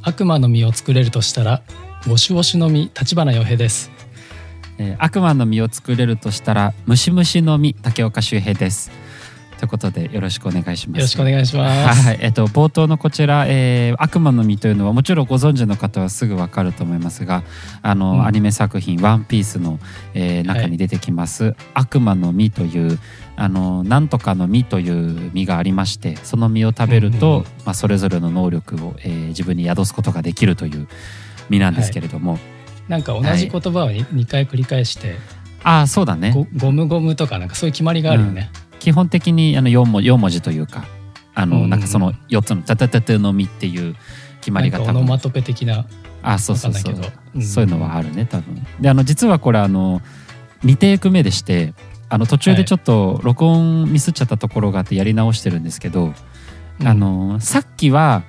悪魔の実を作れるとしたらウォシュウォシュの実、立花洋平です。 悪魔の実を作れるとしたらムシムシの実、竹岡修平です。ということでよろしくお願いします。 よろしくお願いします。 はい、冒頭のこちら、悪魔の実というのはもちろんご存知の方はすぐわかると思いますが、アニメ作品ワンピースの、中に出てきます、悪魔の実というなんとかの実という実がありまして、その実を食べると、それぞれの能力を、自分に宿すことができるという実なんですけれども、 なんか同じ言葉を2回繰り返して、 そうだね、 ゴムゴムとかなんかそういう決まりがあるよね。 基本的に4文字というか、なんかその4つのタタタタの実っていう決まりが多分、 オノマトペ的な、 そうそうそう、そういうのはあるね多分。で実はこれ2テイク目でして、途中でちょっと録音ミスっちゃったところがあってやり直してるんですけど、さっきは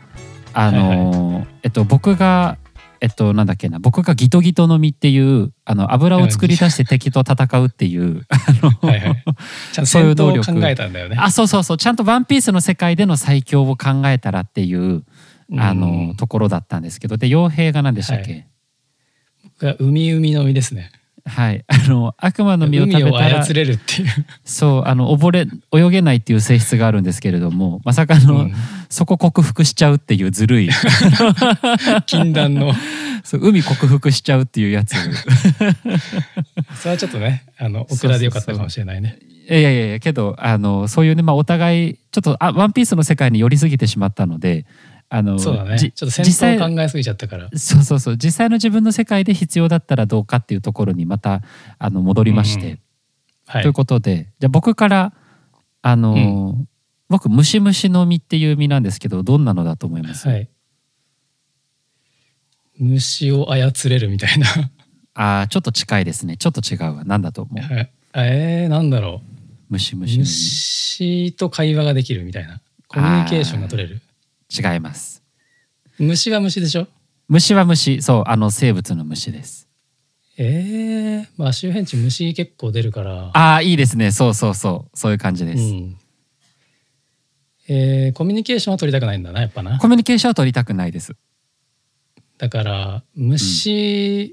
僕がなんだっけな、僕がギトギトの実っていう油を作り出して敵と戦うっていうちゃんと戦闘を考えたんだよね。 そうそうそう、ちゃんとワンピースの世界での最強を考えたらっていうところだったんですけど、で傭兵が何でしたっけ？ 僕が海の実ですね。 はい、悪魔の実を食べたら海を操れるっていう、 そう泳げないっていう性質があるんですけれども、まさかそこ克服しちゃうっていうずるい禁断のそう海克服しちゃうっていうやつそれはちょっとねオクラでよかったかもしれないね。 いやけどそういうね、お互いちょっとワンピースの世界に寄りすぎてしまったので、 そうだね、ちょっと戦闘を考えすぎちゃったから、 そう実際の自分の世界で必要だったらどうかっていうところにまた戻りまして、ということで、じゃあ僕から僕ムシムシの実っていう実なんですけど、どんなのだと思います？ 虫を操れるみたいなちょっと近いですね。ちょっと違うわ。なんだと思う？ なんだろう。 虫と会話ができるみたいな、コミュニケーションが取れる。 違います。 虫は虫でしょ？ 虫は虫、そう生物の虫です。 まあ周辺地虫結構出るから。 いいですね。そういう感じです。 コミュニケーションは取りたくないんだな、やっぱな。 コミュニケーションは取りたくないです。 だから虫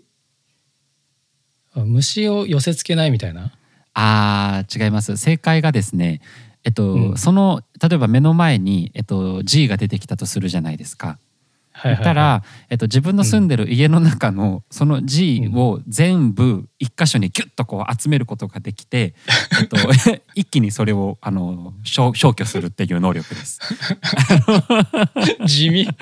を寄せ付けないみたいな。 違います。正解がですね、例えば目の前にG が出てきたとするじゃないですか。たら自分の住んでる家の中のその G を全部一箇所にギュッとこう集めることができて、一気にそれを消去するっていう能力です。 地味。例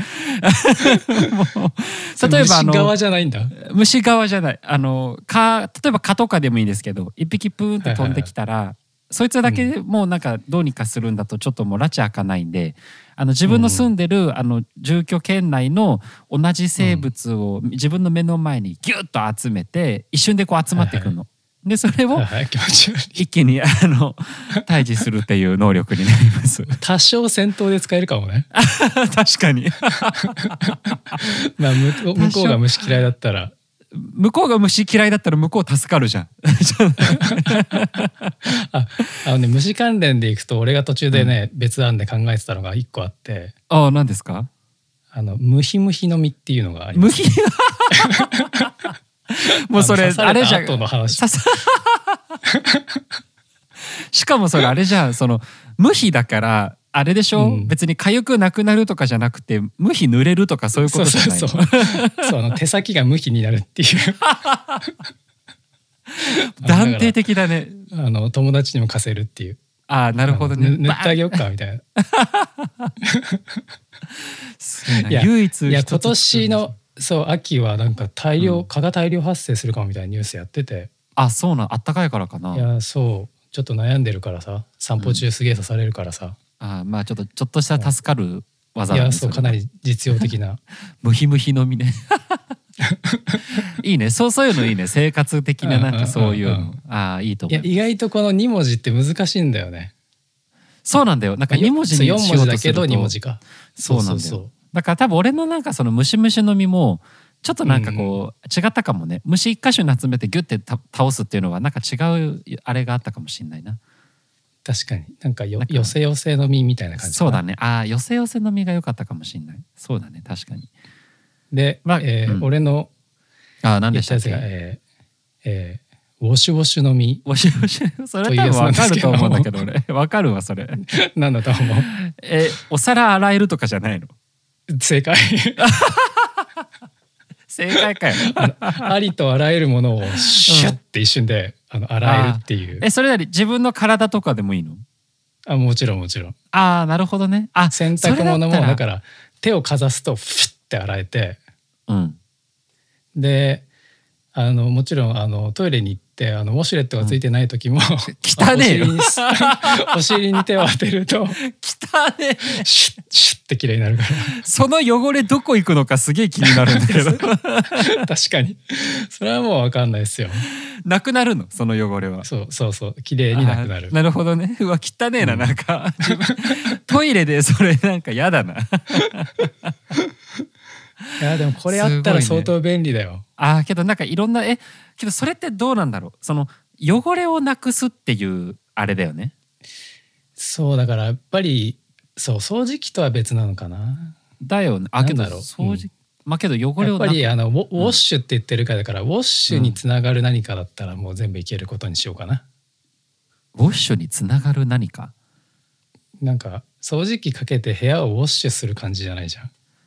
えば虫側じゃないんだ。 虫側じゃない。例えば蚊とかでもいいんですけど、一匹プーンって飛んできたら、そいつだけもうなんかどうにかするんだとちょっともう拉致開かないんで、自分の住んでる住居圏内の同じ生物を自分の目の前にギュッと集めて一瞬でこう集まってくるの。でそれを一気に退治するっていう能力になります。 多少戦闘で使えるかもね。 確かに。 まあ向こうが虫嫌いだったら。 向こうが虫嫌いだったら向こう助かるじゃん。 虫関連でいくと俺が途中でね、別案で考えてたのが一個あって。 何ですか？ ムヒムヒの実っていうのがあります。 もうそれあれじゃん。しかもそれあれじゃん。無比だからあれでしょ、別に痒くなくなるとかじゃなくて無比濡れるとかそういうことじゃないの？ そう手先が無比になるっていう断定的だね。 友達にも貸せるっていう。 なるほどね。 塗ってあげようかみたいな。 唯一今年の秋はなんか蚊が大量発生するかもみたいなニュースやってて。 そうなの。あったかいからかな。 いやちょっと悩んでるからさ、散歩中すげえ刺されるからさ。 まあちょっとした助かる技なんです。かなり実用的な。 ムヒムヒの実ね。いいね。そういうのいいね。生活的ななんかそういうの。いいと思う。 意外とこの2文字って難しいんだよね。 そうなんだよ。なんか2文字にしようとすると。4 文字だけど2文字か。 そうなんだよ。だから多分俺のなんかそのムシムシの実もちょっとなんかこう違ったかもね。虫一箇所に集めてギュッて倒すっていうのはなんか違うあれがあったかもしれないな。 確かになんか寄せ寄せの実みたいな感じ。 そうだね。寄せ寄せの実が良かったかもしれない。そうだね、確かに。 で、 まあ俺のあ、何言ったやつが、 でしたっけ？ ウォシュウォシュの実ウォシュウォシュ、それ多分分かると思うんだけど俺分かるわそれ。 なんだと思う？ お皿洗えるとかじゃないの？ 正解。 正解かよ。 ありとあらゆるものをシュッて一瞬で洗えるっていう。 それなり自分の体とかでもいいの？ もちろんもちろん。 ああ、なるほどね。 洗濯物もだから手をかざすとフッて洗えて、 うん、 でもちろんトイレに行ってウォシュレットがついてない時も、 汚ねえよ。 お尻に手を当てると汚ねえ。 シュッシュッて綺麗になるから。 その汚れどこ行くのかすげえ気になるんだけど。 確かにそれはもう分かんないですよ。 なくなるのその汚れは？ そう綺麗になくなる。 なるほどね。うわ汚ねえな、なんかトイレでそれなんか嫌だな。 いやでもこれあったら相当便利だよ。 けどなんかいろんなけどそれってどうなんだろう。その汚れをなくすっていうあれだよね。 そうだからやっぱり掃除機とは別なのかな。 だよね。けど掃除、けど汚れをやっぱりウォッシュって言ってるからだから、ウォッシュにつながる何かだったらもう全部いけることにしようかな。 ウォッシュにつながる何か。なんか掃除機かけて部屋をウォッシュする感じじゃないじゃん。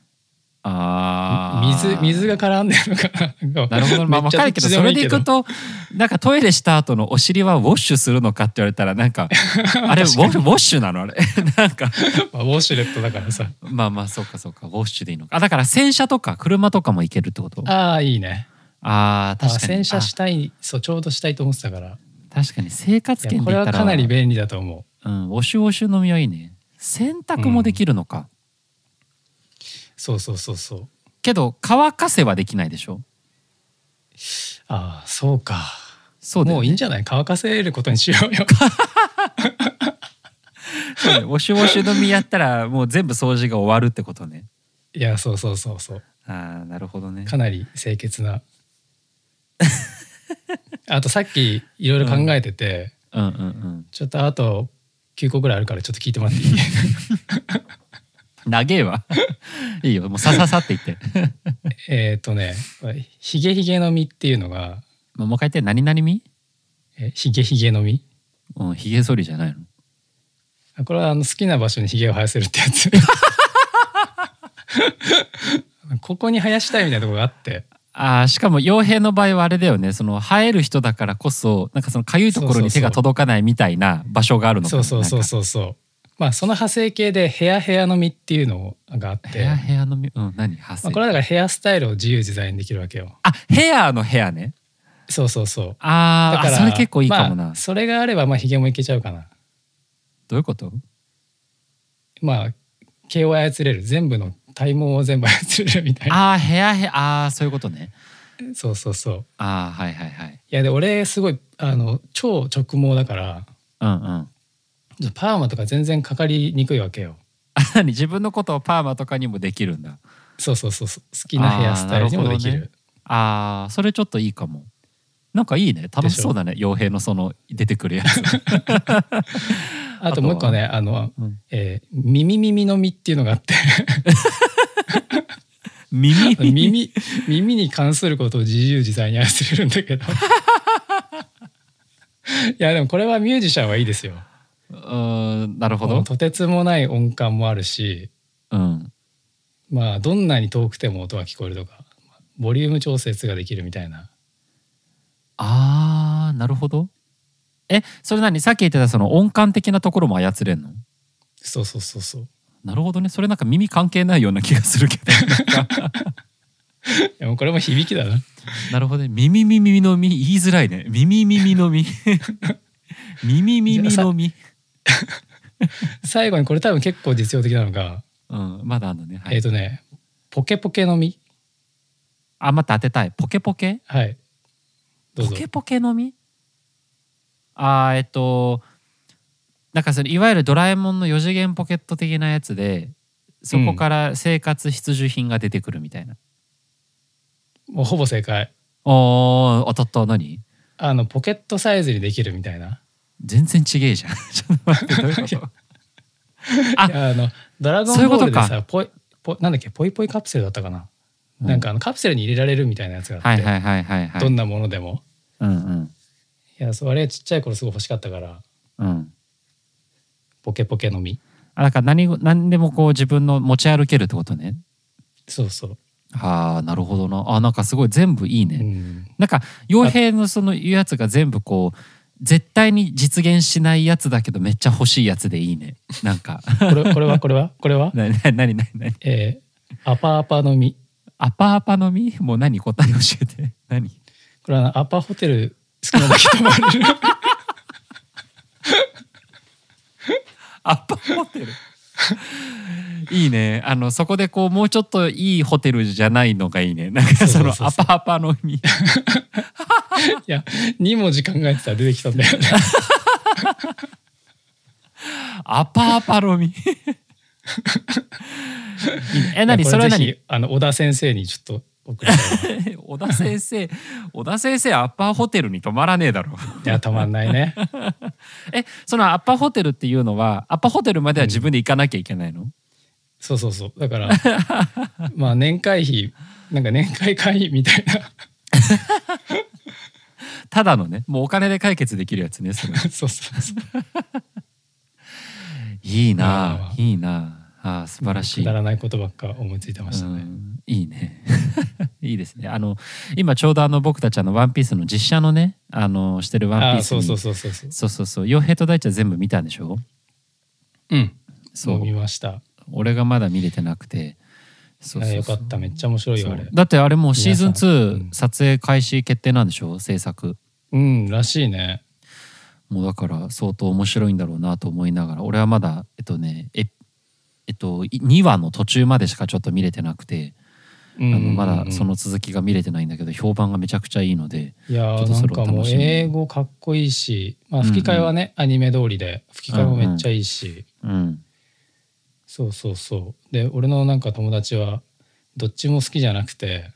水が絡んでるのかな。 なるほど。分かるけどそれでいくとなんかトイレした後のお尻はウォッシュするのかって言われたらなんかあれウォッシュなのあれ。なんかウォシュレットだからさ。 そうかウォッシュでいいのか。だから洗車とか車とかもいけるってこと？ いいね。 確かに洗車したい。ちょうどしたいと思ってたから。 確かに生活圏で言ったらこれはかなり便利だと思う。ウォシュのみはいいね。洗濯もできるのか。 そう。 けど乾かせはできないでしょ。 そうか。 そうだよね。 もういいんじゃない？乾かせることにしようよ。 そうね、ウォシュのみやったらもう全部掃除が終わるってことね。 いやそう。 なるほどね。 かなり清潔な。あとさっきいろいろ考えてて、ちょっとあと9個ぐらいあるからちょっと聞いてもらっていい？ 長えわ。いいよ、もうさって言って。 ヒゲの実っていうのが。 もう一回言って。何実？ ヒゲの実。 ヒゲ剃りじゃないの？これは好きな場所にヒゲを生やせるってやつ。ここに生やしたいみたいなところがあって。 しかも傭兵の場合はあれだよね。その生える人だからこそなんかそのかゆいところに手が届かないみたいな場所があるのかな。 そう。その派生系でヘアの実っていうのがあって。 ヘアの実。何派生？ これはだからヘアスタイルを自由自在にできるわけよ。 ヘアのヘアね。 そう。 だからそれ結構いいかもな。 それがあればヒゲもいけちゃうかな。 どういうこと？ 毛を操れる。全部の体毛を全部操れるみたいな。 ヘアそういうことね。 そう。 はい。 いやで俺すごい超直毛だから。パーマとか全然かかりにくいわけよ。 自分のことをパーマとかにもできるんだ。 そう。好きなヘアスタイルにもできる。 それちょっといいかも。なんかいいね。楽しそうだね。傭兵のその出てくるやつ。 あともう一個ね、耳の実っていうのがあって。耳に関することを自由自在に操れるんだけど。いやでもこれはミュージシャンはいいですよ。 なるほど。 とてつもない音感もあるし、どんなに遠くても音が聞こえるとか、ボリューム調節ができるみたいな。 なるほど。それ何？さっき言ってたその音感的なところも操れんの？ そう。 なるほどね。それなんか耳関係ないような気がするけど。 いやもうこれも響きだな。 なるほどね。耳の実言いづらいね。耳の実。耳の実。 最後にこれ多分結構実用的なのが、 まだあるのね。 ポケポケの実。 また当てたい。ポケポケ？ はい。どうぞ。 ポケポケの実？なんかそれいわゆるドラえもんの4次元ポケット的なやつで、そこから生活必需品が出てくるみたいな。 もうほぼ正解。 当たった。何？ ポケットサイズにできるみたいな。 全然ちげえじゃん。ちょっと待って、どういうこと？ ドラゴンボールでさ、なんだっけ、ポイポイカプセルだったかな。 なんかカプセルに入れられるみたいなやつがあって、どんなものでも、いやあれちっちゃい頃すごい欲しかったから、ポケポケ飲み。 だから何でもこう自分の持ち歩けるってことね。 そうそう。 なるほどな。なんかすごい全部いいね。なんか傭兵のそのいうやつが全部こう絶対に実現しないやつだけどめっちゃ欲しいやつでいいね。なんかこれは何アパアパの実。 アパアパの実？もう何？答え教えて。何？ これはアパホテル好きなだけ泊まれるアパホテルいいね。そこでこうもうちょっといいホテルじゃないのがいいね。なんかそのアパアパの実いや2文字考えてたら出てきたんだよねアパアパの実何それは何？ 小田先生にちょっと送りたい小田先生アッパーホテルに泊まらねえだろ。 いや泊まんないねそのアッパーホテルっていうのはアッパーホテルまでは自分で行かなきゃいけないの？ そうだからまあ年会費なんか年会会費みたいなただのねもうお金で解決できるやつねそれそういいな、いいな。素晴らしい。 くだらないことばっか思いついてましたね。 いいねいいですね。今ちょうど僕たちワンピースの実写のねしてるワンピースにそう傭兵と大地は全部見たんでしょ？ そう見ました。 俺がまだ見れてなくて。 よかった。めっちゃ面白いよあれ。 だってあれもうシーズン2撮影開始決定なんでしょ？制作。 らしいね。 もうだから相当面白いんだろうなと思いながら、俺はまだ2話の途中までしかちょっと見れてなくて、まだその続きが見れてないんだけど評判がめちゃくちゃいいので、 いやなんかもう英語かっこいいし、吹き替えはね、アニメ通りで吹き替えもめっちゃいいし、そうで俺のなんか友達はどっちも好きじゃなくて、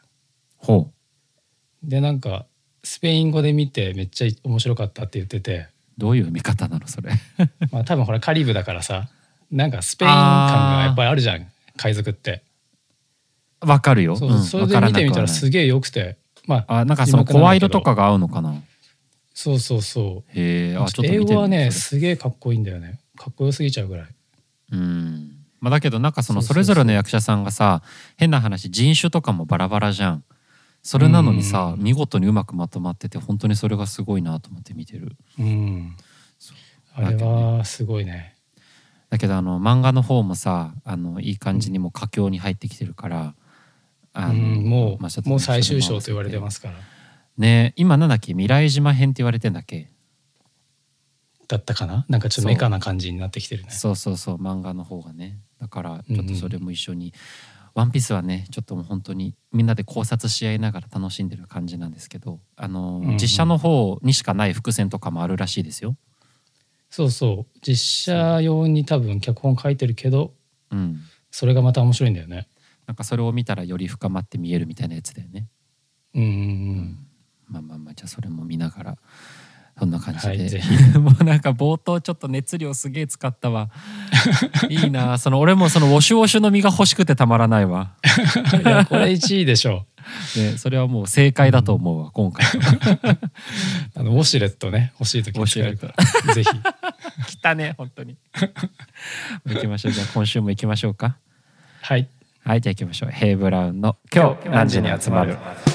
でなんかスペイン語で見てめっちゃ面白かったって言ってて。 どういう見方なのそれ多分ほらカリブだからさ、なんかスペイン感がやっぱりあるじゃん海賊って。 わかるよ。 それで見てみたらすげえ良くて、 なんかその声色とかが合うのかな。 そうへえ。 英語はねすげえかっこいいんだよね。かっこよすぎちゃうぐらい。 だけどなんかそれぞれの役者さんがさ、変な話人種とかもバラバラじゃん。それなのにさ、見事にうまくまとまってて本当にそれがすごいなと思って見てる。 あれはすごいね。 だけど漫画の方もさいい感じにも佳境に入ってきてるからもう最終章と言われてますからね。今なんだっけ未来島編って言われてんだっけだったかな。なんかちょっとメカな感じになってきてるね。 そう漫画の方がね。だからちょっとそれも一緒に、ワンピースはねちょっともう本当にみんなで考察し合いながら楽しんでる感じなんですけど、実写の方にしかない伏線とかもあるらしいですよ。実写用に多分脚本書いてるけど、それがまた面白いんだよね。なんかそれを見たらより深まって見えるみたいなやつだよね。まあじゃあそれも見ながらそんな感じで、もうなんか冒頭ちょっと熱量すげえ使ったわいいな。俺もウォシュウォシュの実が欲しくてたまらないわいやこれ1位でしょね、それはもう正解だと思うわ、今回ウォシュレットね欲しい時に使えるからぜひ来たね本当に行きましょう。じゃあ今週も行きましょうか。はい、じゃあ行きましょう。ヘイブラウンの今日何時に集まる。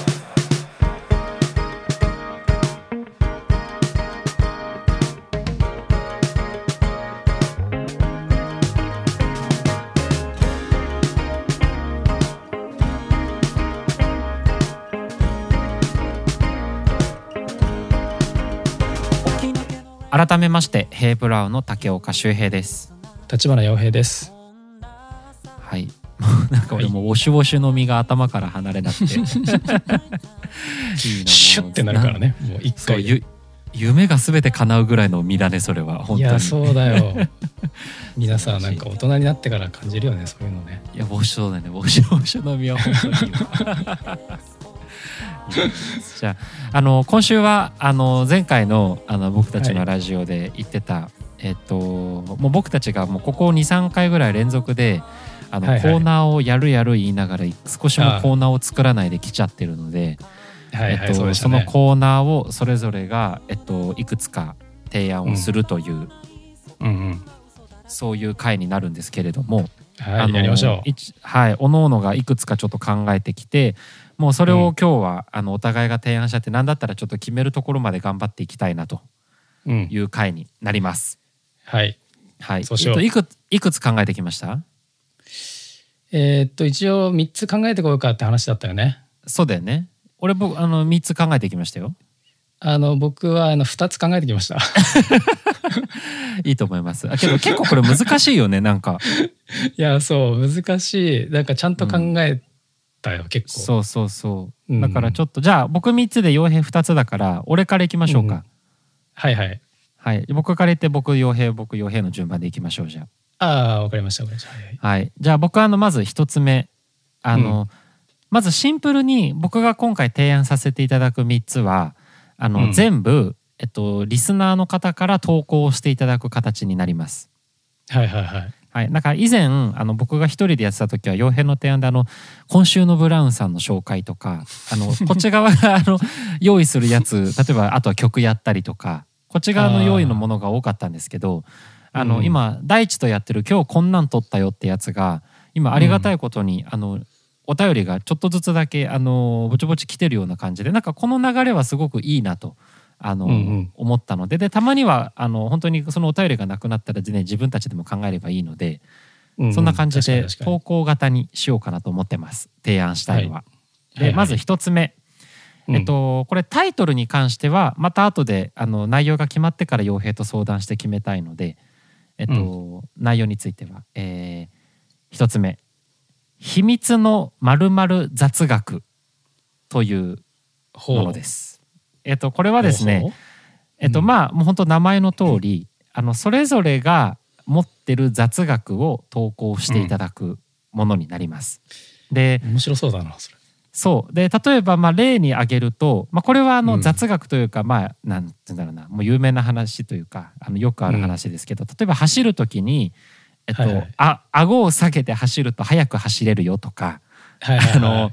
改めましてヘイブラウンの竹岡修平です。 立花洋平です。 はい、なんか俺もウォシュウォシュの実が頭から離れなくていいな、 シュッてなるからね。もう一回夢が全て叶うぐらいの実だねそれは本当に。いやそうだよ皆さんなんか大人になってから感じるよねそういうのね。 いやウォシュだねウォシュウォシュの実は本当にいいわじゃあ今週は前回の僕たちのラジオで言ってた、もう僕たちがもうここ 2,3 回ぐらい連続でコーナーをやる言いながら少しもコーナーを作らないで来ちゃってるので、そのコーナーをそれぞれが、いくつか提案をするという、そういう回になるんですけれども、 やりましょう。 おのおのがいくつかちょっと考えてきて、もうそれを今日はお互いが提案しちゃって、何だったらちょっと決めるところまで頑張っていきたいなという回になります。そうしよう。いくつ考えてきました？ 一応3つ考えてこようかって話だったよね。 そうだよね。俺3つ考えてきましたよ。 僕は2つ考えてきました。 いいと思います。けど結構これ難しいよね。なんかいや、そう難しい。なんかちゃんと考えたよ、結構。 そう、だからちょっとじゃあ僕3つで傭兵2つだから俺からいきましょうか。僕から言って僕傭兵の順番でいきましょう。じゃあ、わかりました。 じゃあ僕まず1つ目まずシンプルに僕が今回提案させていただく3つは全部、リスナーの方から投稿をしていただく形になります。なんか以前僕が一人でやってた時は傭兵の提案で今週のブラウンさんの紹介とかこっち側が用意するやつ、例えばあとは曲やったりとかこっち側の用意のものが多かったんですけど、今大地とやってる今日こんなん撮ったよってやつが今ありがたいことにお便りがちょっとずつだけぼちぼち来てるような感じで、なんかこの流れはすごくいいなと思ったので、たまには本当にそのお便りがなくなったら、ね、自分たちでも考えればいいので、そんな感じで投稿型にしようかなと思ってます。提案したいのは。でまず1つ目、これタイトルに関してはまた後で内容が決まってから傭兵と相談して決めたいので、内容については、1つ目、秘密の〇〇雑学というものです。これはですね、まあもう本当名前の通り、それぞれが持ってる雑学を投稿していただくものになります。で、 面白そうだなそれ。 そうで、例えば例に挙げると、これは雑学というか、なんて言うんだろうな、もう有名な話というかよくある話ですけど、例えば走る時に顎を下げて走ると速く走れるよとか、シャ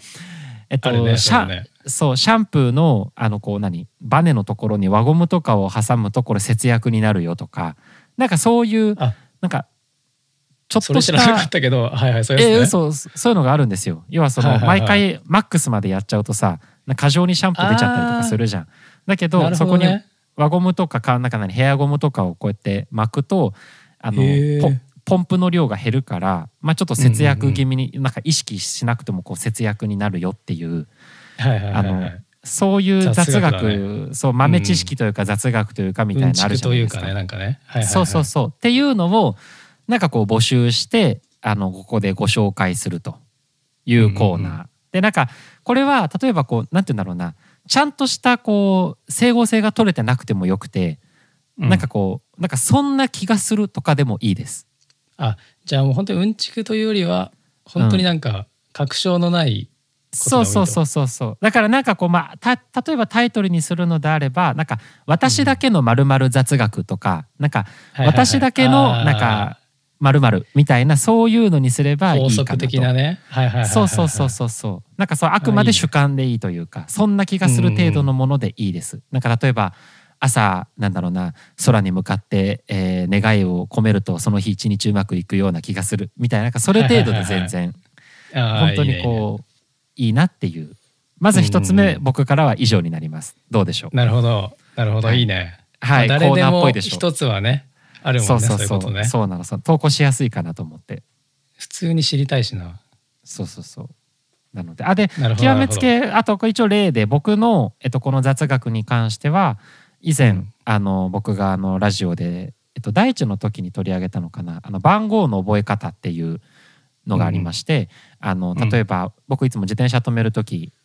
ンプーのバネのところに輪ゴムとかを挟むとこれ節約になるよとか、なんかそういうなんかちょっとした、それ知らなかったけど、そういうのがあるんですよ。要は毎回マックスまでやっちゃうとさ、過剰にシャンプー出ちゃったりとかするじゃん。だけどそこに輪ゴムとかヘアゴムとかをこうやって巻くとポンプの量が減るから、ちょっと節約気味になんか意識しなくてもこう節約になるよっていう、そういう雑学、豆知識というか雑学というかみたいなのあるじゃないですか。そうっていうのをなんかこう募集してここでご紹介するというコーナーで、なんかこれは例えばこうなんて言うんだろうな、ちゃんとしたこう整合性が取れてなくてもよくて、なんかこうなんかそんな気がするとかでもいいです。 じゃあもう本当にうんちくというよりは本当になんか確証のないことが多いと。 そうだからなんかこう例えばタイトルにするのであれば、なんか私だけの〇〇雑学とか、なんか私だけのなんか〇〇みたいな、そういうのにすればいいかなと。法則的なね。そうなんかあくまで主観でいいというか、そんな気がする程度のものでいいです。なんか例えば朝なんだろうな、空に向かって、願いを込めるとその日一日うまくいくような気がするみたいな、なんかそれ程度で全然本当にこういいなっていう。まず一つ目、僕からは以上になります。どうでしょう？ なるほどいいね。誰でも一つはねあるもんね。そういうことね。 そうなの。投稿しやすいかなと思って。 普通に知りたいしな。 そうなのでで極めつけ、あと一応例で僕のこの雑学に関しては以前僕がラジオで大地の時に取り上げたのかな、番号の覚え方っていうのがありまして、例えば僕いつも自転車止める時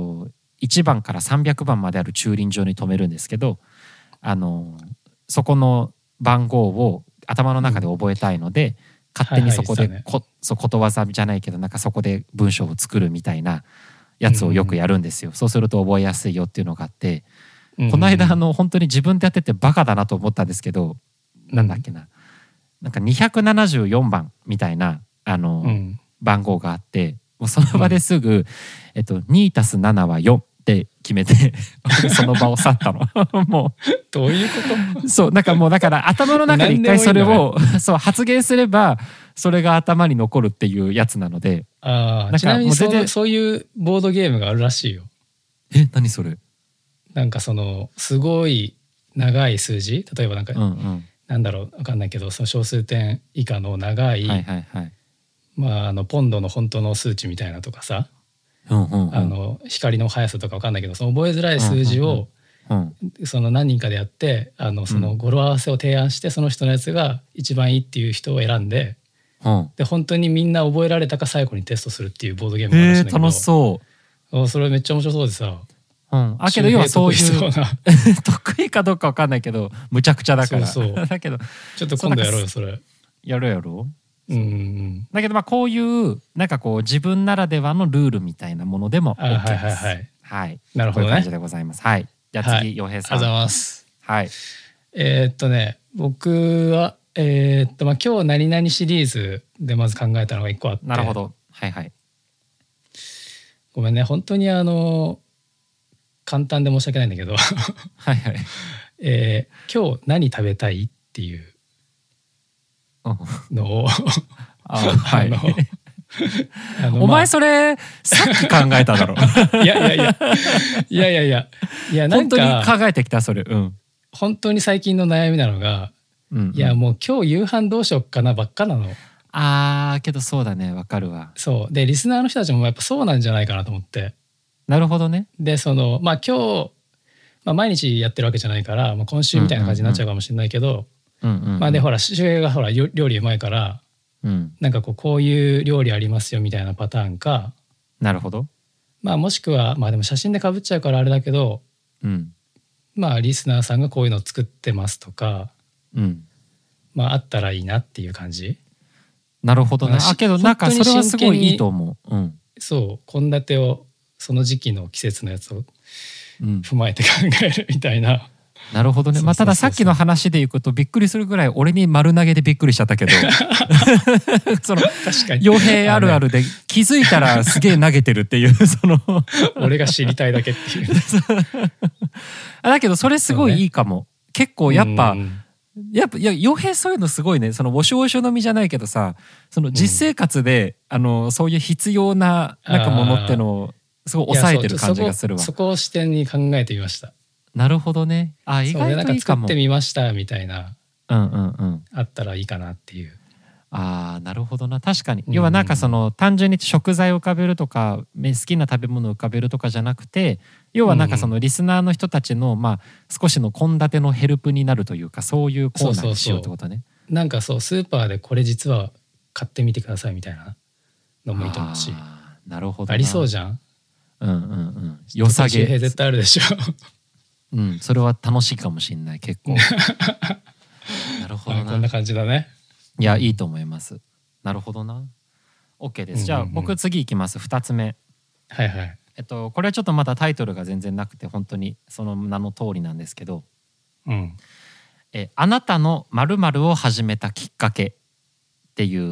1番から300番まである駐輪場に止めるんですけど、そこの番号を頭の中で覚えたいので、勝手にそこでことわざじゃないけど、なんかそこで文章を作るみたいなやつをよくやるんですよ。そうすると覚えやすいよっていうのがあって、この間本当に自分でやっててバカだなと思ったんですけど、なんだっけな、なんか274番みたいな番号があって、もうその場ですぐ、2+7 は4って決めてその場を去ったのもうどういうことそうなんかもうだから頭の中で一回それをそう発言すればそれが頭に残るっていうやつなので。 ちなみにそういうボードゲームがあるらしいよ。 何それ。 なんかそのすごい長い数字、例えばなんか、なんだろう分かんないけど、その小数点以下の長い、ポンドの本当の数値みたいなとかさ、光の速さとか分かんないけど、その覚えづらい数字を、その何人かでやってその語呂合わせを提案して、その人のやつが一番いいっていう人を選んで、で本当にみんな覚えられたか最後にテストするっていうボードゲームがあるらしいんだけど、 楽しそう。 それめっちゃ面白そうでさ、 けど要はそういう得意かどうか分かんないけどむちゃくちゃだからだけどちょっと今度やろうよそれ。 やろう。だけどこういうなんかこう自分ならではのルールみたいなものでも OK です。はい。 なるほどね。 こういう感じでございます。はい。じゃあ次、洋平さん。 ありがとうございます。 はい。 僕は今日何々シリーズでまず考えたのが1個あって。 なるほど。はいはい。 ごめんね、本当に簡単で申し訳ないんだけどはいはい。 今日何食べたいっていうのをはいお前それさっき考えただろいや本当に考えてきたそれ。 本当に最近の悩みなのが、いやもう今日夕飯どうしよっかなばっかなの。 けどそうだね、わかるわ。 そうでリスナーの人たちもやっぱそうなんじゃないかなと思って。 なるほどね。 で今日、毎日やってるわけじゃないから、今週みたいな感じになっちゃうかもしれないけど、でほら周平がほら料理うまいから、なんかこういう料理ありますよみたいなパターンか。 なるほど。 もしくはでも写真でかぶっちゃうからあれだけど、リスナーさんがこういうのを作ってますとか、あったらいいなっていう感じ。 なるほどね。けどなんかそれはすごいいいと思う。 そう献立をその時期の季節のやつを踏まえて考えるみたいな。 なるほどね。たださっきの話でいくとびっくりするぐらい俺に丸投げでびっくりしちゃったけどその確かに傭兵あるあるで気づいたらすげえ投げてるっていうその俺が知りたいだけっていうだけどそれすごいいいかも。結構やっぱ傭兵そういうのすごいね。そのウォシュウォシュ飲みじゃないけどさ、その実生活で、そういう必要ななんかものってのをすごい抑えてる感じがするわ。 そこを視点に考えてみました。 なるほどね。意外といいかも。 作ってみましたみたいな、あったらいいかなっていう。 なるほどな。確かに。要はなんかその単純に食材を浮かべるとか好きな食べ物を浮かべるとかじゃなくて、要はなんかそのリスナーの人たちの少しの献立のヘルプになるというか、そういうコーナーにしようってことね。 なんかスーパーでこれ実は買ってみてくださいみたいなのもいいと思うし。 なるほど。 ありそうじゃん。 良さげ。 絶対あるでしょそれは楽しいかもしれない結構なるほどな。 こんな感じだね。 いやいいと思います。なるほどな。 OK です。じゃあ僕次いきます。2つ目。 はいはい。 これはちょっとまだタイトルが全然なくて本当にその名の通りなんですけど、あなたの〇〇を始めたきっかけっていう、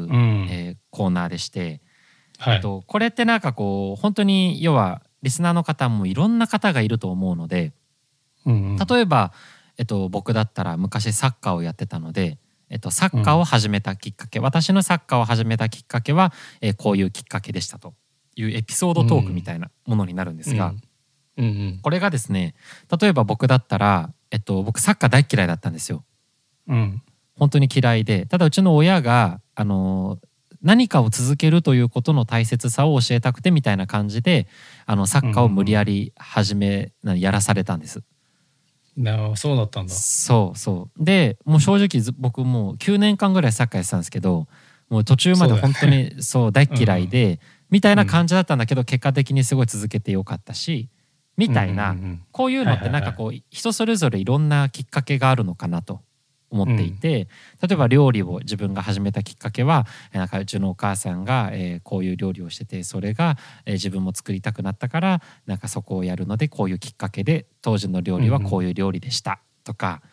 コーナーでして、これってなんかこう本当に要はリスナーの方もいろんな方がいると思うので、例えば、僕だったら昔サッカーをやってたので、サッカーを始めたきっかけ、私のサッカーを始めたきっかけは、こういうきっかけでしたというエピソードトークみたいなものになるんですが、これがですね、例えば僕だったら、僕サッカー大嫌いだったんですよ。本当に嫌いで、ただうちの親が何かを続けるということの大切さを教えたくてみたいな感じでサッカーを無理やりやらされたんです。 そうだったんだ。 そうでもう正直僕もう9年間ぐらいサッカーやってたんですけど、もう途中まで本当に大嫌いでみたいな感じだったんだけど、結果的にすごい続けてよかったしみたいな、こういうのってなんかこう人それぞれいろんなきっかけがあるのかなと思っていて、例えば料理を自分が始めたきっかけはなんかうちのお母さんがこういう料理をしてて、それが自分も作りたくなったからなんかそこをやるので、こういうきっかけで当時の料理はこういう料理でしたとか、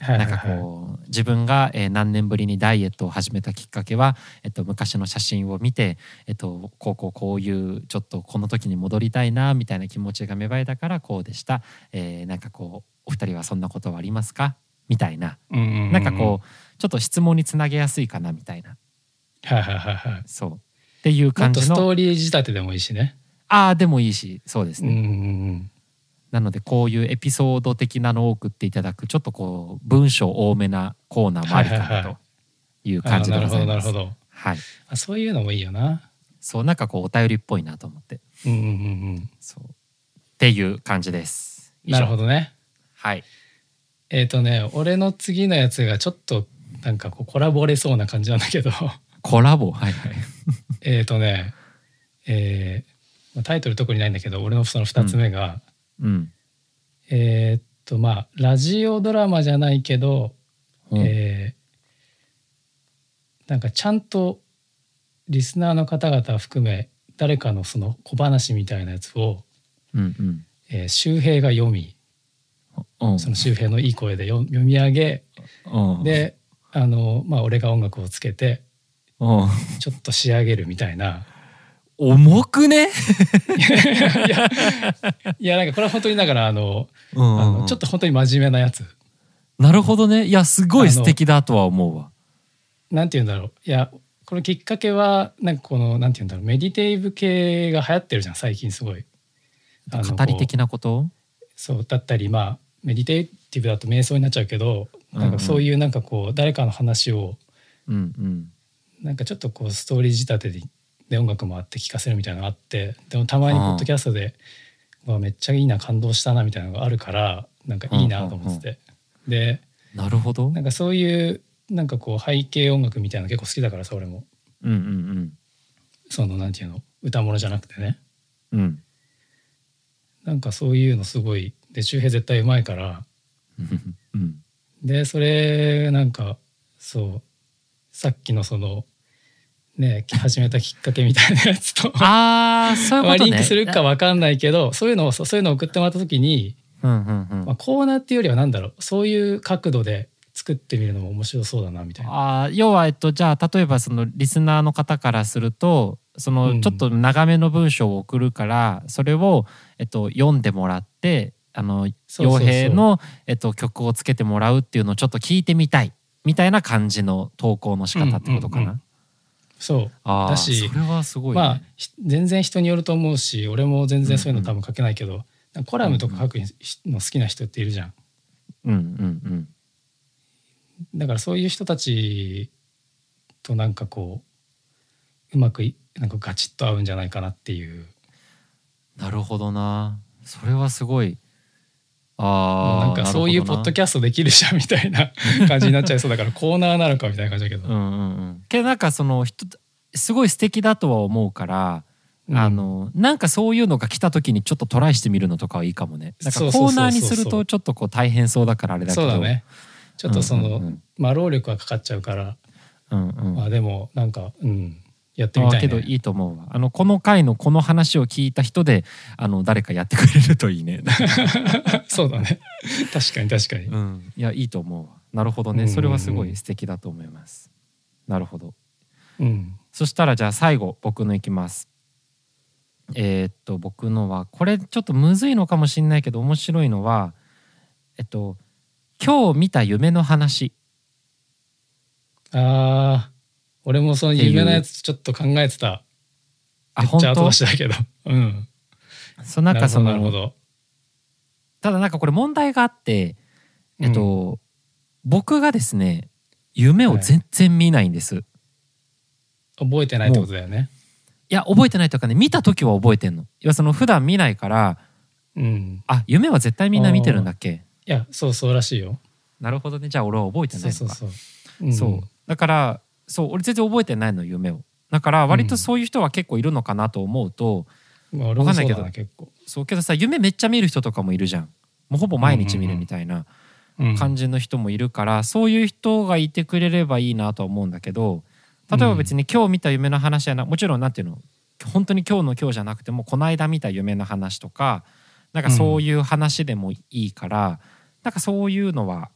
なんかこう自分が何年ぶりにダイエットを始めたきっかけは、昔の写真を見て、こういうちょっとこの時に戻りたいなみたいな気持ちが芽生えたからこうでした、なんかこうお二人はそんなことはありますかみたいな、なんかこうちょっと質問につなげやすいかなみたいな、そうっていう感じの。 もっとストーリー仕立てでもいいしね。 でもいいし、そうですね。なのでこういうエピソード的なのを送っていただくちょっとこう文章多めなコーナーもありかなという感じでございます。 なるほど。はい。そういうのもいいよな。 そうなんかこうお便りっぽいなと思って。そうっていう感じです。 なるほどね。 はい。 俺の次のやつがちょっとなんかこうコラボれそうな感じなんだけど。 コラボ、はいはい。 タイトル特にないんだけど、俺のその2つ目が。まあラジオドラマじゃないけど、なんかちゃんとリスナーの方々含め誰かのその小話みたいなやつを、周平が読み、その周平のいい声で読み上げ、でまあ俺が音楽をつけてちょっと仕上げるみたいな。 重くねいやなんかこれは本当にだからちょっと本当に真面目なやつ。 なるほどね。いやすごい素敵だとは思うわ。 なんて言うんだろう。いやこのきっかけはなんかこのなんて言うんだろう、メディテイブ系が流行ってるじゃん最近すごい。 語り的なこと？ そうだったり、まあメディテイティブだと瞑想になっちゃうけど、なんかそういうなんかこう誰かの話を、なんかちょっとこうストーリー仕立てで音楽もあって聴かせるみたいなのがあって、でもたまにポッドキャストでめっちゃいいな、感動したなみたいなのがあるから、なんかいいなと思ってて、でなるほど。 なんかそういうなんかこう背景音楽みたいなの結構好きだからさ俺も、そのなんていうの、歌物じゃなくてね、なんかそういうのすごいで、周平絶対うまいからでそれなんかそうさっきのそのね始めたきっかけみたいなやつとそういうことね、リンクするか分かんないけど、そういうのを送ってもらった時に、コーナーっていうよりはなんだろう、そういう角度で作ってみるのも面白そうだなみたいな。 要はじゃあ例えばそのリスナーの方からすると、そのちょっと長めの文章を送るから、それを読んでもらって、陽平の曲をつけてもらうっていうのをちょっと聞いてみたいみたいな感じの投稿の仕方ってことかな。 そうだし、 それはすごいね。 まあ全然人によると思うし、俺も全然そういうの多分書けないけど、コラムとか書くの好きな人っているじゃん。だからそういう人たちとなんかこううまくなんかガチッと合うんじゃないかなっていう。 なるほどな。それはすごい。 なんかそういうポッドキャストできるじゃんみたいな感じになっちゃいそうだからコーナーなのかみたいな感じだけど。 けどなんかそのすごい素敵だとは思うから、なんかそういうのが来た時にちょっとトライしてみるのとかはいいかもね。なんかコーナーにするとちょっとこう大変そうだからあれだけど。 そうだね。ちょっとそのまあ労力はかかっちゃうから、まあでもなんかやってみたいね。 けどいいと思うわ。この回のこの話を聞いた人で誰かやってくれるといいね。 そうだね。確かに確かに。 いやいいと思うわ。なるほどね。それはすごい素敵だと思います。なるほど。そしたらじゃあ最後僕のいきます。僕のはこれちょっとむずいのかもしれないけど面白いのは今日見た夢の話。 俺もその夢のやつちょっと考えてた。めっちゃ後出しだけど。 なんかそのなるほど。ただなんかこれ問題があって、僕がですね夢を全然見ないんです。 覚えてないってことだよね。 いや覚えてないというかね、見た時は覚えてんの。いやその普段見ないから、夢は絶対みんな見てるんだっけ？ いやそうらしいよ。 なるほどね。じゃあ俺は覚えてないのか。 そうだから俺全然覚えてないの夢を。だから割とそういう人は結構いるのかなと思うと、分かんないけど、そうけどさ、夢めっちゃ見る人とかもいるじゃん。もうほぼ毎日見るみたいな感じの人もいるから、そういう人がいてくれればいいなとは思うんだけど、例えば別に今日見た夢の話はもちろんなんていうの、本当に今日じゃなくてもこの間見た夢の話とか、なんかそういう話でもいいから、なんかそういうのは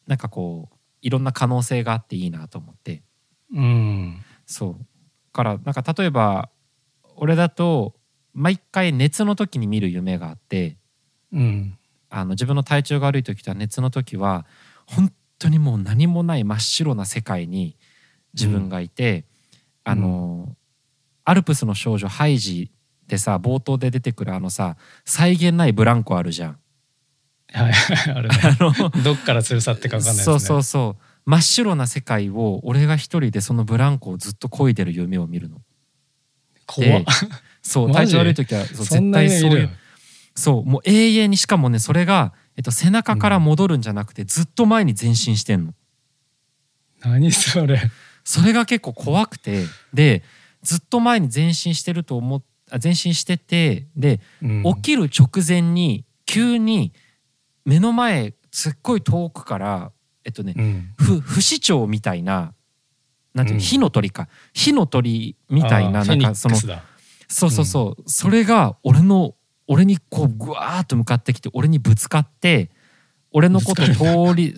なんかこういろんな可能性があっていいなと思って、そうからなんか例えば俺だと毎回熱の時に見る夢があって、自分の体調が悪い時とは熱の時は本当にもう何もない真っ白な世界に自分がいて、アルプスの少女ハイジでさ冒頭で出てくるさ際限ないブランコあるじゃん。 はいあるね。どっから吊るさってか分かんないですね。 そう真っ白な世界を俺が一人でそのブランコをずっと漕いでる夢を見るの。 怖っ。 そう体調悪い時はそう絶対そういうそうもう永遠にしかもねそれが、背中から戻るんじゃなくてずっと前に前進してんの。 何それ。 それが結構怖くてでずっと前に前進してると前進しててで、起きる直前に急に目の前すっごい遠くから不死鳥みたいななんていうの、火の鳥みたいななんかそのそうそれが俺にこうぐわーっと向かってきて俺にぶつかって俺のことを通り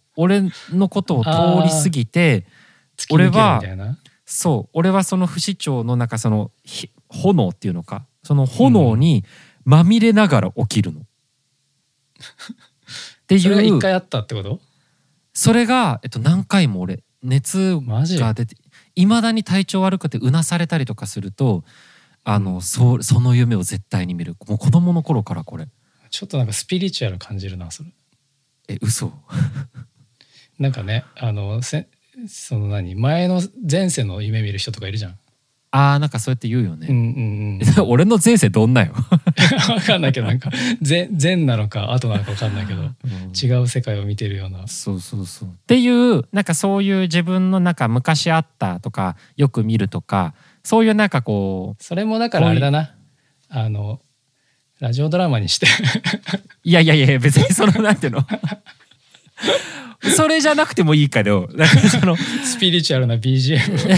過ぎて俺はその不死鳥のなんかその炎っていうのかその炎にまみれながら起きるの。っていうそれが 1回あったってこと？ それが、何回も俺熱が出ていまだに体調悪くてうなされたりとかするとその夢を絶対に見る。もう子供の頃からこれちょっとなんかスピリチュアル感じるなそれ。 嘘なんかねその前の前世の夢見る人とかいるじゃん。 なんかそうやって言うよね。俺の前世どんなよ。 分かんないけどなんか前なのか後なのか分かんないけど、違う世界を見てるような。 そうっていうなんかそういう自分のなんか昔あったとかよく見るとかそういうなんかこうそれもだからあれだなラジオドラマにしていや別にそのなんていうのそれじゃなくてもいいけどそのスピリチュアルな BGM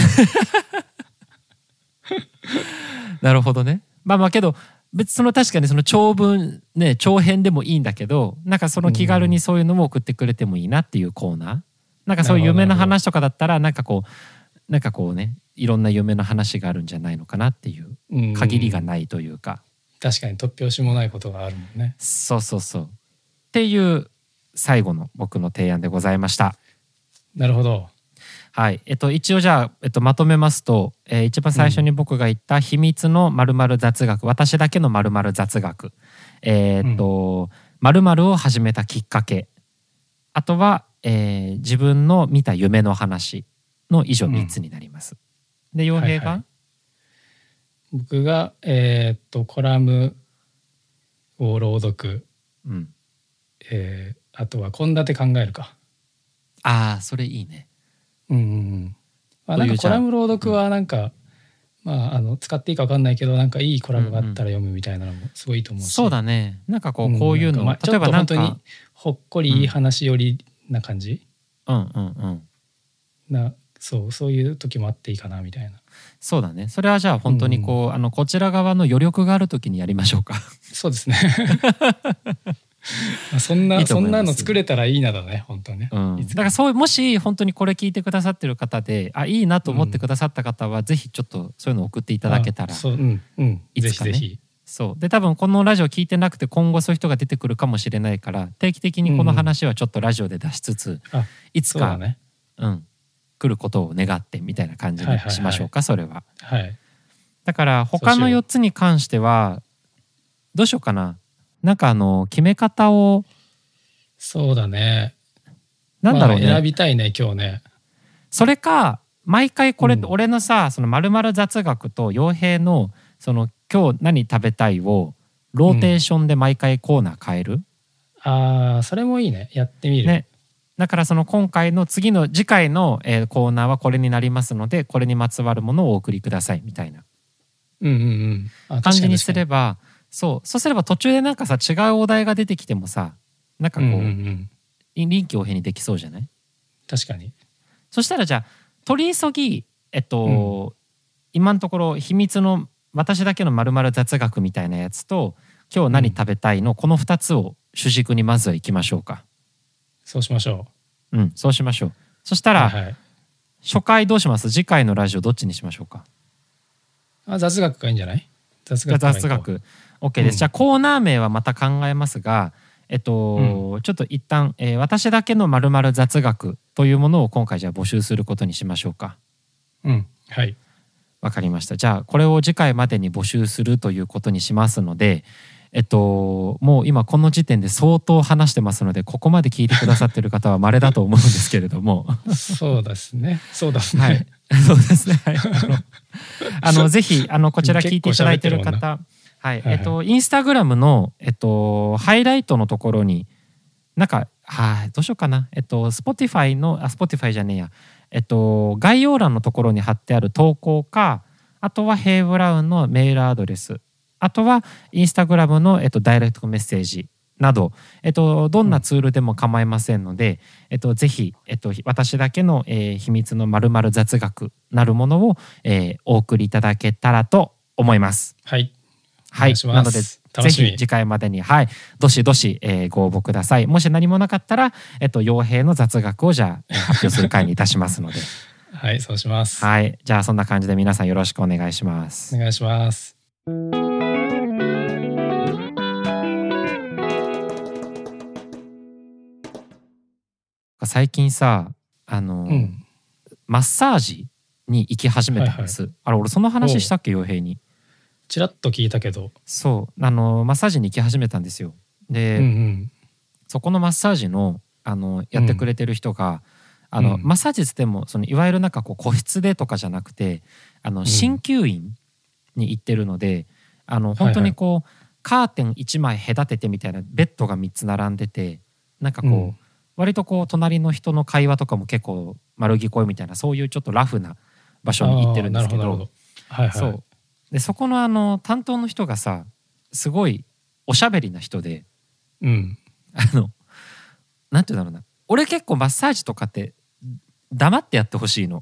なるほどね。まあけど別に確かにその長文ね長編でもいいんだけどなんかその気軽にそういうのも送ってくれてもいいなっていうコーナー、なんかそういう夢の話とかだったらなんかこうねいろんな夢の話があるんじゃないのかなっていう限りがないというか、 確かに突拍子もないことがあるもんね。 そうっていう最後の僕の提案でございました。 なるほど。 はい、一応じゃあ、まとめますと、一番最初に僕が言った秘密の〇〇雑学、私だけの〇〇雑学、〇〇を始めたきっかけ、あとは、自分の見た夢の話の以上3つになります。で、陽平が、 僕が、コラムを朗読、あとは献立考えるか。 それいいね。 なんかコラム朗読はなんか、使っていいか分かんないけどなんかいいコラムがあったら読むみたいなのもすごいいいと思うし、 そうだね。なんかこういうの、 例えば本当にほっこりいい話寄りな感じ、そういう時もあっていいかなみたいな。 そうだね。それはじゃあ本当にこちら側の余力がある時にやりましょうか。そうですね。そんなの作れたらいいなだね本当ね。 だからもし本当にこれ聞いてくださってる方でいいなと思ってくださった方は、ぜひちょっとそういうのを送っていただけたら、いつかね。ぜひそうで多分このラジオ聞いてなくて今後そういう人が出てくるかもしれないから定期的にこの話はちょっとラジオで出しつつ、いつか、来ることを願ってみたいな感じにしましょうか。それは。だから他の4つに関してはどうしようかな。なんか決め方をそうだね。 なんだろうね。 選びたいね今日ね。 それか毎回これ、俺のさその〇〇雑学と陽平のその今日何食べたいをローテーションで毎回コーナー変える。 それもいいね。やってみる。 ね。だからその次回のコーナーはこれになりますのでこれにまつわるものをお送りくださいみたいな感じにすれば。そうすれば途中でなんかさ違うお題が出てきてもさなんかこう、臨機応変にできそうじゃない？ 確かに。 そしたらじゃあ取り急ぎ今のところ秘密の私だけの〇〇雑学みたいなやつと今日何食べたいのこの2つを主軸にまずは行きましょうか。 そうしましょうん、そうしましょう。そしたら、 はいはい、 初回どうします？次回のラジオどっちにしましょうか？ 雑学がいいんじゃない？雑学。 雑学 OK です、じゃあコーナー名はまた考えますが、ちょっと一旦、私だけの〇〇雑学というものを今回じゃあ募集することにしましょうか。 はい。 わかりました。じゃあこれを次回までに募集するということにしますので、もう今この時点で相当話してますので、ここまで聞いてくださってる方は稀だと思うんですけれどもそうですね。そうですね。 はい、そうですね。はい、ぜひこちら聞いていただいてる方、はい、インスタグラムのハイライトのところになんかどうしようかな、Spotify のSpotify じゃねえや、概要欄のところに貼ってある投稿か、あとはヘイブラウンのメールアドレス、あとはインスタグラムのダイレクトメッセージなど、どんなツールでも構いませんので、ぜひ、私だけの、秘密の〇〇雑学なるものを、お送りいただけたらと思います。 はい。 はい、なのでぜひ次回までに、はい、どしどし、ご応募ください。もし何もなかったら、傭兵の雑学をじゃあ発表する回にいたしますのではい、そうします。 はい、じゃあそんな感じで皆さんよろしくお願いします。 お願いします。 最近さ、マッサージに行き始めたんです。俺その話したっけ？傭兵にちらっと聞いたけど。 そうマッサージに行き始めたんですよ。で、そこのマッサージのやってくれてる人が、マッサージっつってもいわゆるなんかこう個室でとかじゃなくて鍼灸院に行ってるので、本当にこう、カーテン1枚隔ててみたいなベッドが3つ並んでて、なんかこう、割とこう隣の人の会話とかも結構丸聞こえみたいな、そういうちょっとラフな場所に行ってるんですけど、そうでそこの担当の人がさ、すごいおしゃべりな人で、なんていうんだろうな、俺結構マッサージとかって黙ってやってほしいの。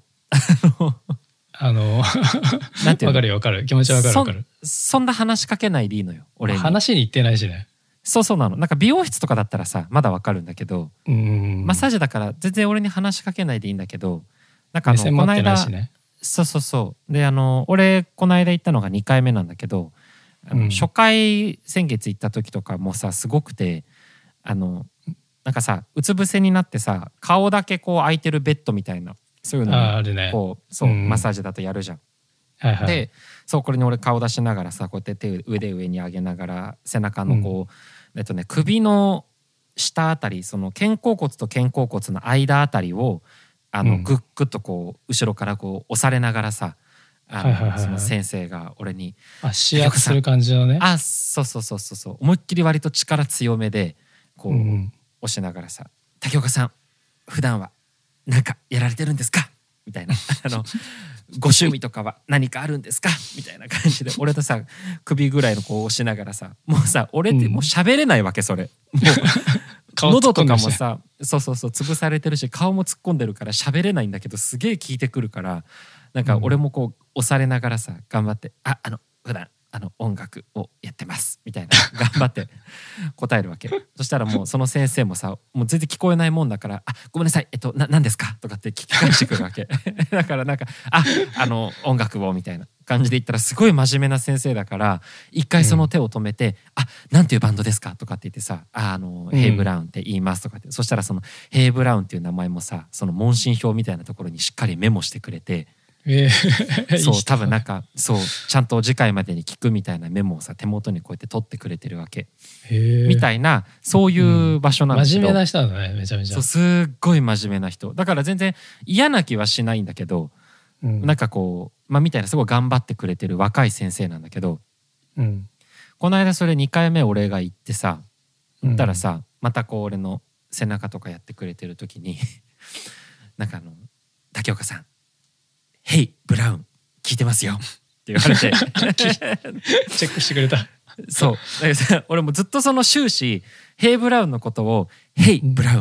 なんていうの？わかるよ、わかる、気持ちはわかるわかる。 そんな話しかけないでいいのよ、俺に。 話に行ってないしね。 そうなの。なんか美容室とかだったらさまだわかるんだけど、マッサージだから全然俺に話しかけないでいいんだけど、なんかこの間、そうで俺この間行ったのが2回目なんだけど、初回先月行った時とかもさすごくて、なんかさうつ伏せになってさ顔だけこう空いてるベッドみたいな、そういうのをこうそうマッサージだとやるじゃん。でそうこれに俺顔出しながらさ、こうやって腕上に上げながら背中のこう、首の下あたり、その肩甲骨と肩甲骨の間あたりをグッグッとこう後ろからこう押されながらさ、その先生が俺に指圧する感じのね。 そう思いっきり割と力強めでこう押しながらさ、竹岡さん普段はなんかやられてるんですかみたいなご趣味とかは何かあるんですかみたいな感じで俺とさ首ぐらいのこう押しながらさ、もうさ俺ってもう喋れないわけ、それもう喉とかもさそう潰されてるし顔も突っ込んでるから喋れないんだけど、すげえ聞いてくるから、なんか俺もこう押されながらさ頑張って普段音楽をやってますみたいな頑張って答えるわけ。そしたらもうその先生もさもう全然聞こえないもんだから「ごめんなさい何ですか?」とかって聞き返してくるわけだからなんか音楽をみたいな感じで言ったら、すごい真面目な先生だから一回その手を止めて「なんていうバンドですか?」とかって言ってさ「ヘイブラウンって言います」とかって、そしたらそのヘイブラウンっていう名前もさその問診票みたいなところにしっかりメモしてくれて、そう多分なんかそうちゃんと次回までに聞くみたいなメモをさ手元にこうやって取ってくれてるわけみたいな、そういう場所なんだけど、 真面目な人だね、めちゃめちゃ。 そうすっごい真面目な人だから全然嫌な気はしないんだけど、なんかこうみたいなすごい頑張ってくれてる若い先生なんだけど、この間それ2回目俺が行ってさ、行ったらさまたこう俺の背中とかやってくれてる時になんか竹岡さんヘイブラウン聞いてますよって言われてチェックしてくれた。 そう俺もずっとその終始ヘイブラウンのことをヘイブラウン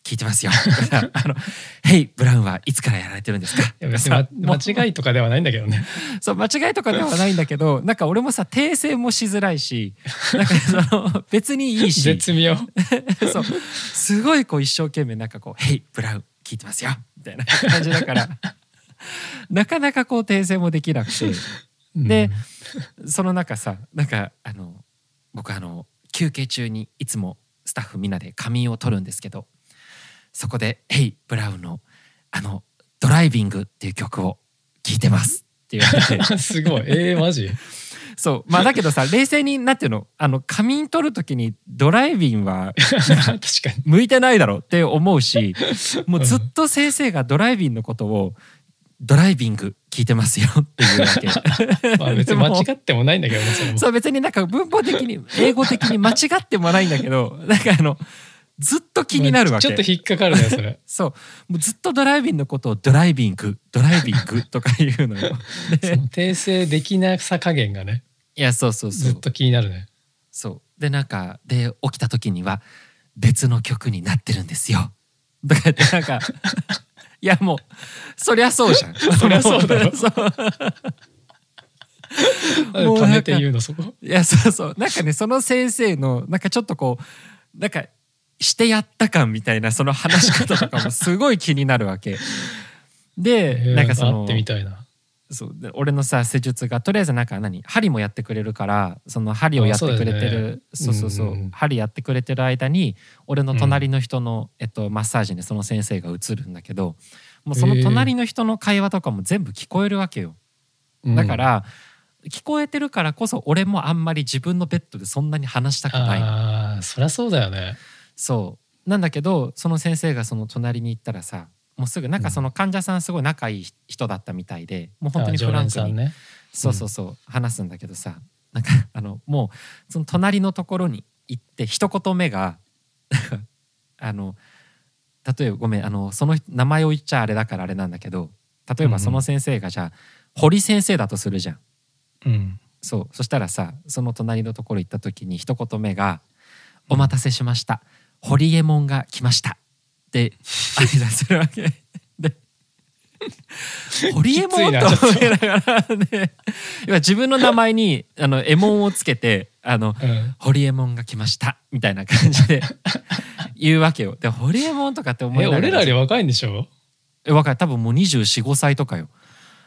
聞いてますよヘイブラウンはいつからやられてるんですか？ いや別に間違いとかではないんだけどね。 そう間違いとかではないんだけど、なんか俺もさ訂正もしづらいし、なんか別にいいし絶妙そうすごいこう一生懸命なんかこうヘイブラウン聞いてますよみたいな感じだからなかなかこう訂正もできなくて、で、その中さ、なんか僕休憩中にいつもスタッフみんなで仮眠を取るんですけど、そこでヘイブラウンのドライビングっていう曲を聴いてますって言われてすごいマジそうまあだけどさ、冷静になんていうの、仮眠取る時にドライビングは確かに向いてないだろうって思うし、もうずっと先生がドライビングのことをドライビング聞いてますよっていうわけまあ別に間違ってもないんだけどね、それも。 そう別になんか文法的に英語的に間違ってもないんだけど、なんかずっと気になるわけ。 ちょっと引っかかるねそれそうもうずっとドライビングのことをドライビングとか言うのよその訂正できなさ加減がね、 いやそうそうそうずっと気になるね。 そうでなんかで起きた時には別の曲になってるんですよとか言ってなんかいやもうそりゃそうじゃんそりゃそうだろそうもう貯めて言うのそこ。 いやそうそうなんかね、その先生のなんかちょっとこうなんかしてやった感みたいなその話し方とかもすごい気になるわけで、なんかその会ってみたいな。 そうで俺のさ施術がとりあえずなんか針もやってくれるから、その針をやってくれてる、そうそうそう、針やってくれてる間に俺の隣の人の、マッサージにその先生が移るんだけど、もうその隣の人の会話とかも全部聞こえるわけよ。だから、聞こえてるからこそ俺もあんまり自分のベッドでそんなに話したくない。 ああそりゃそうだよね。 そうなんだけど、その先生がその隣に行ったらさ、もうすぐなんかその患者さんすごい仲いい人だったみたいで、もう本当にフランクに、 ね、 そうそうそう、話すんだけどさ、なんかもうその隣のところに行って一言目が例えばごめんその名前を言っちゃあれだからあれなんだけど、例えばその先生がじゃあ堀先生だとするじゃん。そしたらさ、その隣のところ行った時に一言目が「お待たせしました、堀エモ門が来ました」って挨拶するわけで堀エモ門と思いながらね、今自分の名前にエモ門をつけて堀エモ門が来ましたみたいな感じで言うわけよ。で堀エモ門とかって思いながら、 俺らより若いんでしょ？ 若い、多分もう24、5歳とかよ。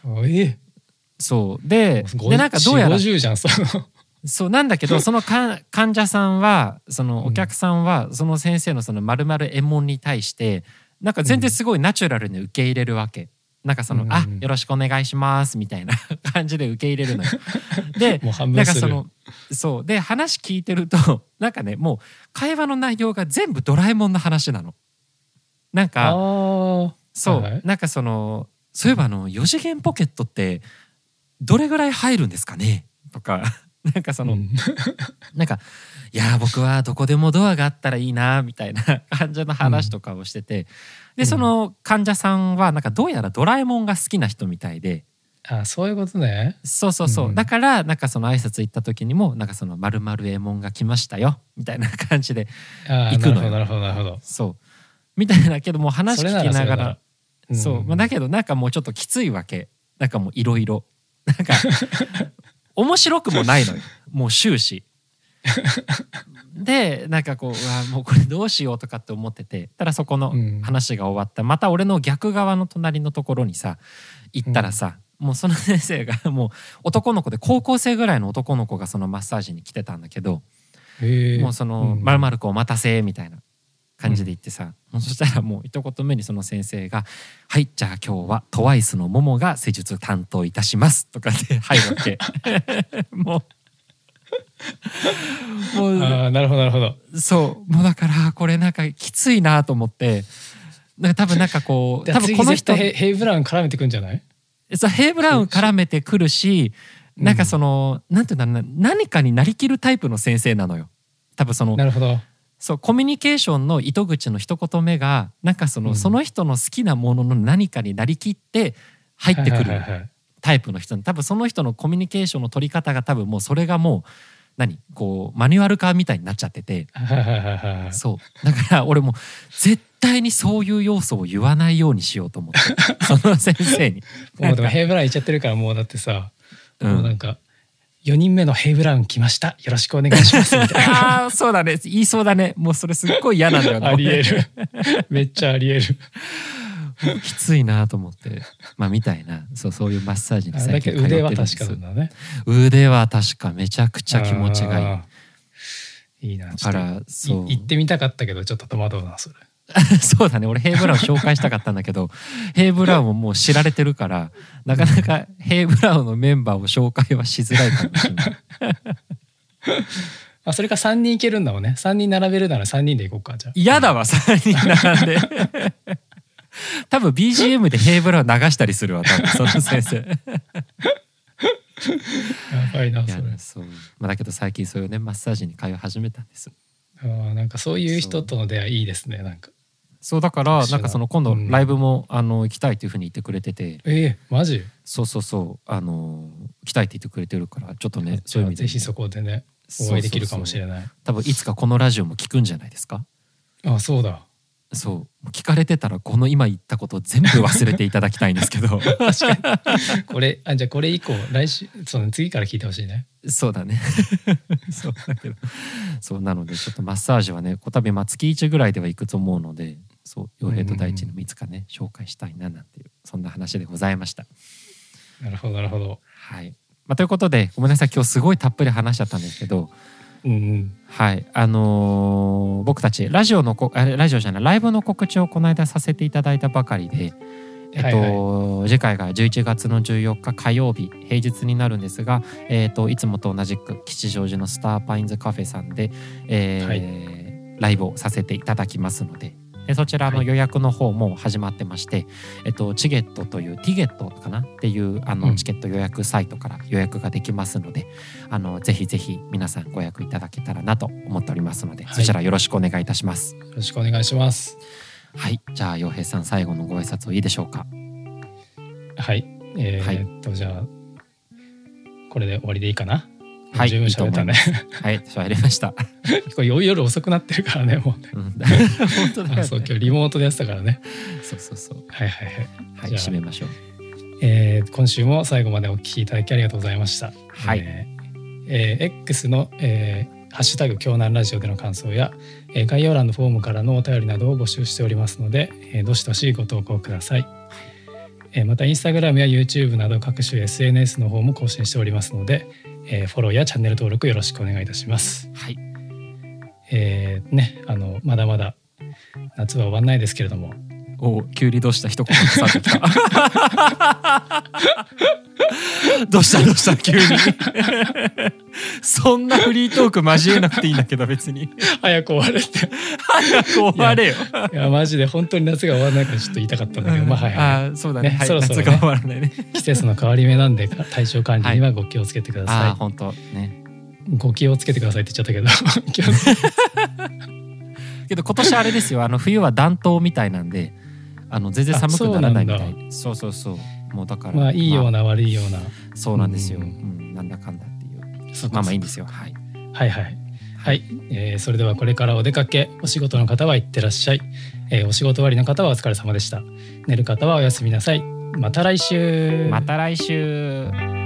そうでなんかどうやら 50じゃんそうなんだけど、その患者さんはそのお客さんはその先生のその〇〇エモ門に対してなんか全然すごいナチュラルに受け入れるわけ。なんかそのあよろしくお願いしますみたいな感じで受け入れるのよ。でなんかそのそうで話聞いてるとなんかね、もう会話の内容が全部ドラえもんの話なの。なんかそう、なんかそういえば4次元ポケットってどれぐらい入るんですかねとかなんかなんかいや僕はどこでもドアがあったらいいなみたいな感じの話とかをしてて、でその患者さんはなんかどうやらドラえもんが好きな人みたいで、 あ、そういうことね。 そうそうそう、だからなんかその挨拶行った時にもなんか〇〇エモ門が来ましたよみたいな感じで行くのよ。 なるほどなるほど。 そうみたいなけども話聞きながらそうだけどなんかもうちょっときついわけ。なんかもういろいろなんか面白くもないのよ、もう終始でなんかこううわもうこれどうしようとかって思ってて、ただそこの話が終わった、また俺の逆側の隣のところにさ行ったらさ、もうその先生がもう男の子で高校生ぐらいの男の子がそのマッサージに来てたんだけど、もうその「まるまる子お待たせ」みたいな感じで言ってさ、そしたらもう一言目にその先生が「はいじゃあ今日はトワイスのももが施術担当いたします」とかって入るわけもうなるほどなるほど。 そうもうだからこれなんかきついなと思って、なんか多分なんかこう多分この人ヘイブラウン絡めてくんじゃない？ そうヘイブラウン絡めてくるし、なんかなんていうんだろうな、何かになりきるタイプの先生なのよ多分。 なるほど。 そうコミュニケーションの糸口の一言目がなんかその人の好きなものの何かになりきって入ってくるタイプの人、多分その人のコミュニケーションの取り方が多分もうそれがもうこうマニュアル化みたいになっちゃっててそうだから俺も絶対にそういう要素を言わないようにしようと思ってその先生にもうでもヘイブラウン言っちゃってるからもうだってさ、もうなんか4人目のヘイブラウン来ましたよろしくお願いしますみたいなあそうだね言いそうだね。もうそれすっごい嫌なんだよなありえるめっちゃありえるきついなと思ってみたいなそういうマッサージに最近通ってるんです。 腕は確かなんだね。 腕は確かめちゃくちゃ気持ちがいい。 いいな。 だからそう行ってみたかったけどちょっと戸惑うなそれそうだね。俺ヘイブラウン紹介したかったんだけどヘイブラウンももう知られてるからなかなかヘイブラウンのメンバーを紹介はしづらいかもしれないそれか3人いけるんだもんね。3人並べるなら3人で行こうか。じゃあ嫌だわ3人並んで多分 BGM でヘイブラウン流したりするわ多分その先生やばいなそれ。 そうだけど最近そういうねマッサージに通い始めたんです。 なんかそういう人との出会いいいですね。なんかそうだからなんかその今度ライブも行きたいというふうに言ってくれてて、 マジ？ そう行きたいって言ってくれてるからちょっとねそういう意味でぜひそこでねお会いできるかもしれない。 多分いつかこのラジオも聞くんじゃないですか。 そうだ。 そう聞かれてたらこの今言ったことを全部忘れていただきたいんですけど確かにこれじゃあこれ以降来週次から聞いてほしいね。 そうだねそうだけどそうなのでちょっとマッサージはね多分月1ぐらいでは行くと思うので陽平と大地のいつかね紹介したいななんていうそんな話でございました。 なるほどなるほど。 はい、ということでごめんなさい今日すごいたっぷり話しちゃったんですけど、はい僕たちラジオじゃないライブの告知をこの間させていただいたばかりで、次回が11月の14日火曜日平日になるんですが、いつもと同じく吉祥寺のスターパインズカフェさんで、ライブをさせていただきますので、そちらの予約の方も始まってまして、チゲットというティゲットかなっていうチケット予約サイトから予約ができますので、ぜひぜひ皆さんご予約いただけたらなと思っておりますので、そちらよろしくお願いいたします。 よろしくお願いします。 はい、じゃあ陽平さん最後のご挨拶をいいでしょうか。 はい、じゃあこれで終わりでいいかな。 はい、 十分喋ったね。 はい、喋りました。 これ夜遅くなってるからね、もうね。 本当だよね。 そう今日リモートでやってたからね。 そう。 はい。 はい、締めましょう。 今週も最後までお聞きいただきありがとうございました。 はい。 X の、ハッシュタグ京南ラジオでの感想や、概要欄のフォームからのお便りなどを募集しておりますので、どしどしご投稿ください。またインスタグラムや YouTube など各種 SNS の方も更新しておりますので、フォローやチャンネル登録よろしくお願いいたします。 はい。 まだまだ夏は終わんないですけれども。 急にどうした一言さってきた。どうした急に。そんなフリートーク交えなくていいんだけど別に。 早く終われって。 早く終われよ。 いやマジで本当に夏が終わらないからちょっと言いたかったんだけど、はい。 そうだね。 そろそろ夏が終わらないね。 季節の変わり目なんで体調管理にはご気をつけてください。 本当ね。 ご気をつけてくださいって言っちゃったけど。 けど今年あれですよ。冬は暖冬みたいなんで。全然寒くならないみたい。そうもうだからいいような悪いような。 そうなんですよ。なんだかんだっていう。いいんですよ。はい。 それではこれからお出かけ、お仕事の方は行ってらっしゃい。お仕事終わりの方はお疲れ様でした。寝る方はおやすみなさい。また来週。